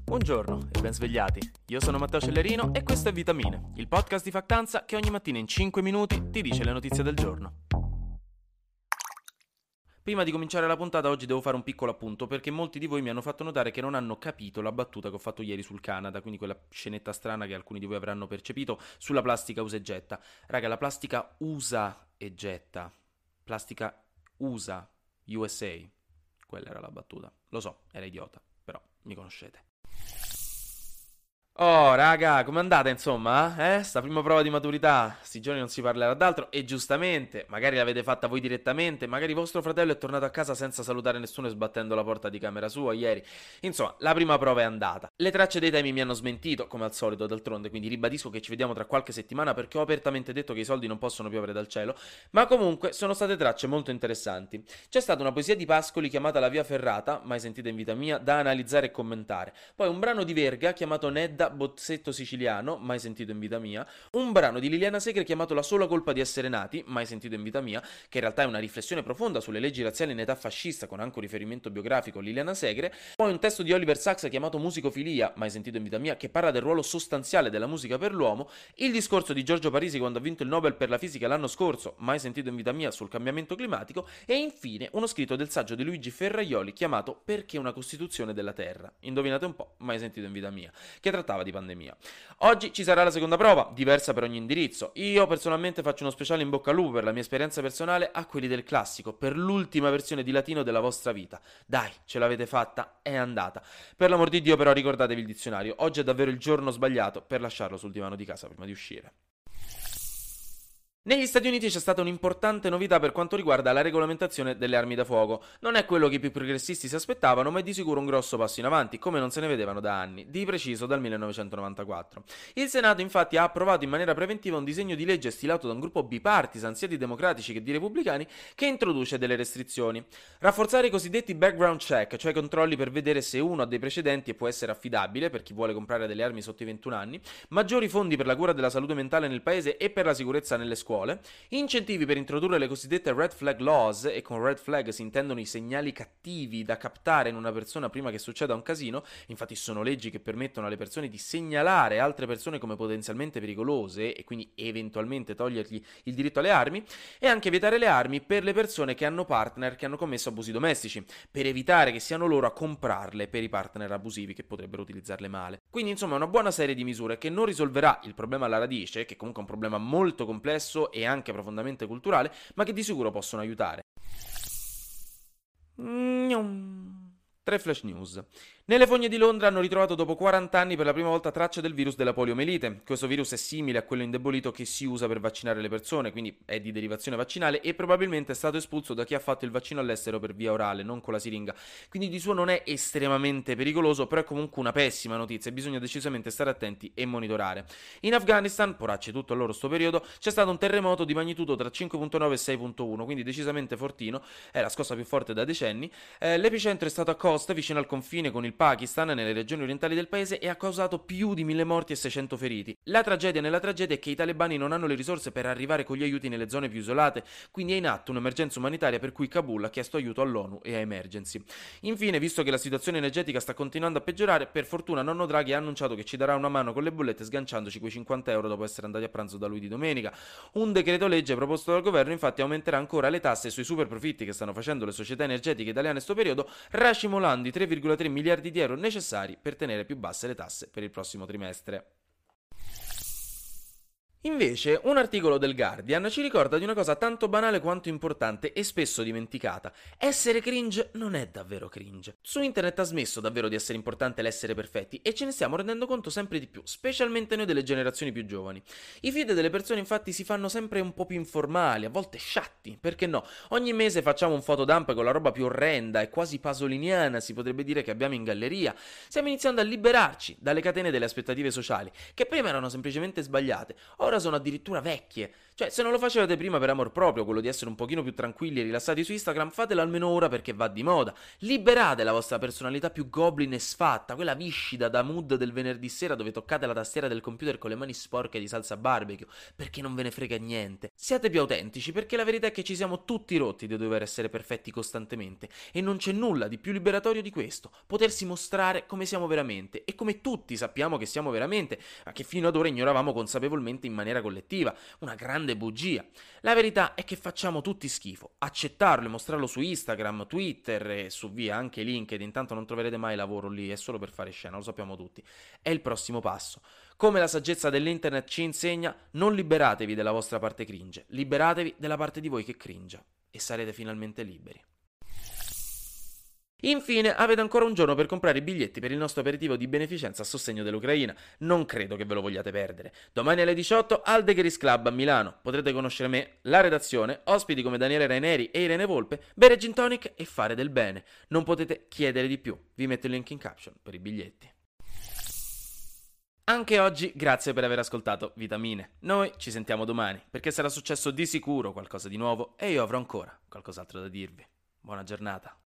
Buongiorno e ben svegliati. Io sono Matteo Cellerino e questo è Vitamine, il podcast di Factanza che ogni mattina in 5 minuti ti dice le notizie del giorno. Prima di cominciare la puntata oggi devo fare un piccolo appunto perché molti di voi mi hanno fatto notare che non hanno capito la battuta che ho fatto ieri sul Canada, quindi quella scenetta strana che alcuni di voi avranno percepito sulla plastica usa e getta. Raga, la plastica usa e getta. Plastica usa, USA. Quella era la battuta. Lo so, era idiota, però mi conoscete. Oh, raga, com'è andata insomma? Sta prima prova di maturità, sti giorni non si parlerà d'altro e giustamente, magari l'avete fatta voi direttamente, magari vostro fratello è tornato a casa senza salutare nessuno e sbattendo la porta di camera sua ieri. Insomma, la prima prova è andata. Le tracce dei temi mi hanno smentito, come al solito d'altronde, quindi ribadisco che ci vediamo tra qualche settimana perché ho apertamente detto che i soldi non possono piovere dal cielo, ma comunque sono state tracce molto interessanti. C'è stata una poesia di Pascoli chiamata La Via Ferrata, mai sentita in vita mia, da analizzare e commentare. Poi un brano di Verga chiamato Nedda Bozzetto Siciliano, mai sentito in vita mia, un brano di Liliana Segre chiamato La sola colpa di essere nati, mai sentito in vita mia, che in realtà è una riflessione profonda sulle leggi razziali in età fascista con anche un riferimento biografico a Liliana Segre, poi un testo di Oliver Sacks chiamato Musicofilia, mai sentito in vita mia, che parla del ruolo sostanziale della musica per l'uomo, il discorso di Giorgio Parisi quando ha vinto il Nobel per la fisica l'anno scorso, mai sentito in vita mia, sul cambiamento climatico, e infine uno scritto del saggio di Luigi Ferraioli chiamato Perché una Costituzione della Terra, indovinate un po', mai sentito in vita mia, che trattava di pandemia. Oggi ci sarà la seconda prova, diversa per ogni indirizzo. Io personalmente faccio uno speciale in bocca al lupo per la mia esperienza personale a quelli del classico, per l'ultima versione di latino della vostra vita. Dai, ce l'avete fatta, è andata. Per l'amor di Dio però ricordatevi il dizionario, oggi è davvero il giorno sbagliato per lasciarlo sul divano di casa prima di uscire. Negli Stati Uniti c'è stata un'importante novità per quanto riguarda la regolamentazione delle armi da fuoco. Non è quello che i più progressisti si aspettavano, ma è di sicuro un grosso passo in avanti, come non se ne vedevano da anni, di preciso dal 1994. Il Senato infatti ha approvato in maniera preventiva un disegno di legge stilato da un gruppo bipartisan, sia di democratici che di repubblicani, che introduce delle restrizioni. Rafforzare i cosiddetti background check, cioè controlli per vedere se uno ha dei precedenti e può essere affidabile per chi vuole comprare delle armi sotto i 21 anni, maggiori fondi per la cura della salute mentale nel paese e per la sicurezza nelle scuole, incentivi per introdurre le cosiddette red flag laws, e con red flag si intendono i segnali cattivi da captare in una persona prima che succeda un casino. Infatti sono leggi che permettono alle persone di segnalare altre persone come potenzialmente pericolose e quindi eventualmente togliergli il diritto alle armi, e anche vietare le armi per le persone che hanno partner che hanno commesso abusi domestici, per evitare che siano loro a comprarle per i partner abusivi che potrebbero utilizzarle male. Quindi insomma una buona serie di misure che non risolverà il problema alla radice, che comunque è un problema molto complesso e anche profondamente culturale, ma che di sicuro possono aiutare. 3 flash news. Nelle fogne di Londra hanno ritrovato dopo 40 anni per la prima volta tracce del virus della poliomelite. Questo virus è simile a quello indebolito che si usa per vaccinare le persone, quindi è di derivazione vaccinale e probabilmente è stato espulso da chi ha fatto il vaccino all'estero per via orale, non con la siringa. Quindi di suo non è estremamente pericoloso, però è comunque una pessima notizia e bisogna decisamente stare attenti e monitorare. In Afghanistan, poracci tutto a loro sto periodo, c'è stato un terremoto di magnitudo tra 5.9 e 6.1, quindi decisamente fortino, è la scossa più forte da decenni. L'epicentro è stato a Costa, vicino al confine con il Pakistan, nelle regioni orientali del paese, e ha causato più di 1000 morti e 600 feriti. La tragedia nella tragedia è che i talebani non hanno le risorse per arrivare con gli aiuti nelle zone più isolate, quindi è in atto un'emergenza umanitaria per cui Kabul ha chiesto aiuto all'ONU e a Emergency. Infine, visto che la situazione energetica sta continuando a peggiorare, per fortuna nonno Draghi ha annunciato che ci darà una mano con le bollette sganciandoci quei 50 euro dopo essere andati a pranzo da lui di domenica. Un decreto legge proposto dal governo infatti aumenterà ancora le tasse sui super profitti che stanno facendo le società energetiche italiane in sto periodo, racimolando i 3,3 miliardi di euro necessari per tenere più basse le tasse per il prossimo trimestre. Invece, un articolo del Guardian ci ricorda di una cosa tanto banale quanto importante e spesso dimenticata. Essere cringe non è davvero cringe. Su internet ha smesso davvero di essere importante l'essere perfetti e ce ne stiamo rendendo conto sempre di più, specialmente noi delle generazioni più giovani. I feed delle persone infatti si fanno sempre un po' più informali, a volte sciatti, perché no? Ogni mese facciamo un fotodump con la roba più orrenda e quasi pasoliniana, si potrebbe dire, che abbiamo in galleria. Stiamo iniziando a liberarci dalle catene delle aspettative sociali, che prima erano semplicemente sbagliate, ora sono addirittura vecchie. Cioè, se non lo facevate prima per amor proprio, quello di essere un pochino più tranquilli e rilassati su Instagram, fatelo almeno ora perché va di moda. Liberate la vostra personalità più goblin e sfatta, quella viscida da mood del venerdì sera dove toccate la tastiera del computer con le mani sporche di salsa barbecue, perché non ve ne frega niente. Siate più autentici, perché la verità è che ci siamo tutti rotti di dover essere perfetti costantemente e non c'è nulla di più liberatorio di questo, potersi mostrare come siamo veramente e come tutti sappiamo che siamo veramente, ma che fino ad ora ignoravamo consapevolmente in maniera collettiva. Una grande bugia. La verità è che facciamo tutti schifo. Accettarlo e mostrarlo su Instagram, Twitter e su via anche LinkedIn, intanto non troverete mai lavoro lì, è solo per fare scena, lo sappiamo tutti. È il prossimo passo. Come la saggezza dell'internet ci insegna, non liberatevi della vostra parte cringe, liberatevi della parte di voi che cringe e sarete finalmente liberi. Infine, avete ancora un giorno per comprare i biglietti per il nostro aperitivo di beneficenza a sostegno dell'Ucraina. Non credo che ve lo vogliate perdere. Domani alle 18 al The Gris Club a Milano. Potrete conoscere me, la redazione, ospiti come Daniele Raineri e Irene Volpe, bere gin tonic e fare del bene. Non potete chiedere di più. Vi metto il link in caption per i biglietti. Anche oggi grazie per aver ascoltato Vitamine. Noi ci sentiamo domani, perché sarà successo di sicuro qualcosa di nuovo e io avrò ancora qualcos'altro da dirvi. Buona giornata.